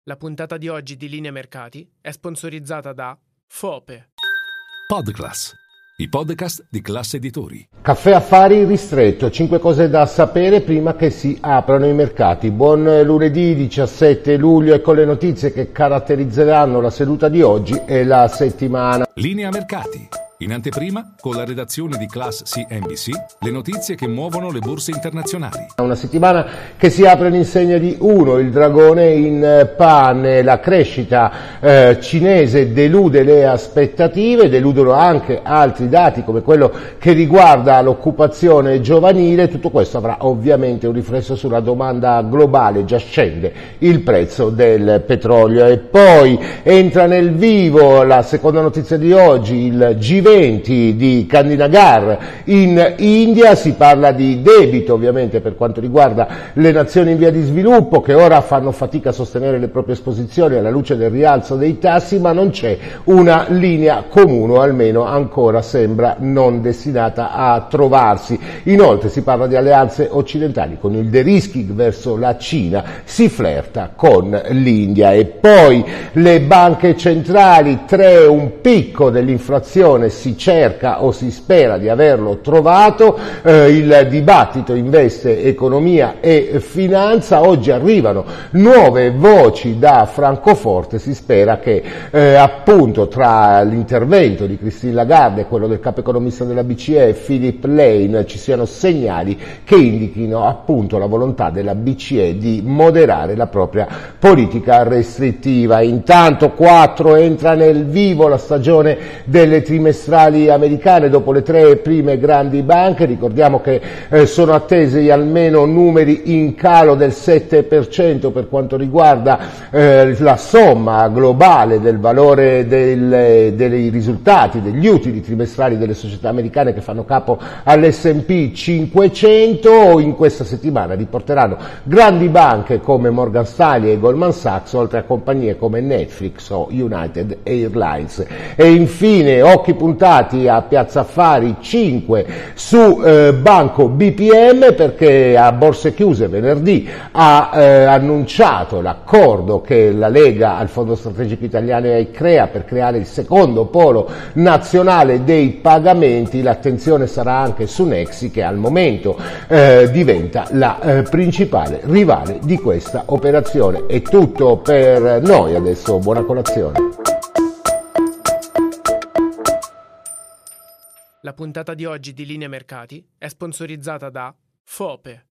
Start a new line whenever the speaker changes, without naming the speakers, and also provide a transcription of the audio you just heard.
La puntata di oggi di Linea Mercati è sponsorizzata da Fope.
Podclass, i podcast di Classe Editori.
Caffè Affari ristretto, 5 cose da sapere prima che si aprano i mercati. Buon lunedì 17 luglio e con le notizie che caratterizzeranno la seduta di oggi e la settimana.
Linea Mercati. In anteprima, con la redazione di Class CNBC, le notizie che muovono le borse internazionali.
Una settimana che si apre all'insegna di uno, il dragone in pane. La crescita cinese delude le aspettative, deludono anche altri dati come quello che riguarda l'occupazione giovanile. Tutto questo avrà ovviamente un riflesso sulla domanda globale, già scende il prezzo del petrolio. E poi entra nel vivo la seconda notizia di oggi, il G20 di Kandinagar in India. Si parla di debito ovviamente per quanto riguarda le nazioni in via di sviluppo che ora fanno fatica a sostenere le proprie esposizioni alla luce del rialzo dei tassi, ma non c'è una linea comune, o almeno ancora sembra non destinata a trovarsi. Inoltre si parla di alleanze occidentali, con il de-risking verso la Cina si flirta con l'India. E poi le banche centrali, un picco dell'inflazione, si cerca o si spera di averlo trovato. Il dibattito investe economia e finanza. Oggi arrivano nuove voci da Francoforte, si spera che appunto tra l'intervento di Christine Lagarde e quello del capo economista della BCE Philip Lane ci siano segnali che indichino appunto la volontà della BCE di moderare la propria politica restrittiva. Intanto 4 entra nel vivo la stagione delle trimestrali americane dopo le 3 prime grandi banche. Ricordiamo che sono attesi almeno numeri in calo del 7% per quanto riguarda la somma globale del valore dei risultati, degli utili trimestrali delle società americane che fanno capo all'S&P 500. In questa settimana riporteranno grandi banche come Morgan Stanley e Goldman Sachs, oltre a compagnie come Netflix o United Airlines. E infine occhi puntati a Piazza Affari 5 su Banco BPM, perché a borse chiuse venerdì ha annunciato l'accordo che la Lega al Fondo Strategico Italiano crea per creare il secondo polo nazionale dei pagamenti. L'attenzione sarà anche su Nexi, che al momento diventa la principale rivale di questa operazione. È tutto per noi adesso, buona colazione.
La puntata di oggi di Linea Mercati è sponsorizzata da Fope.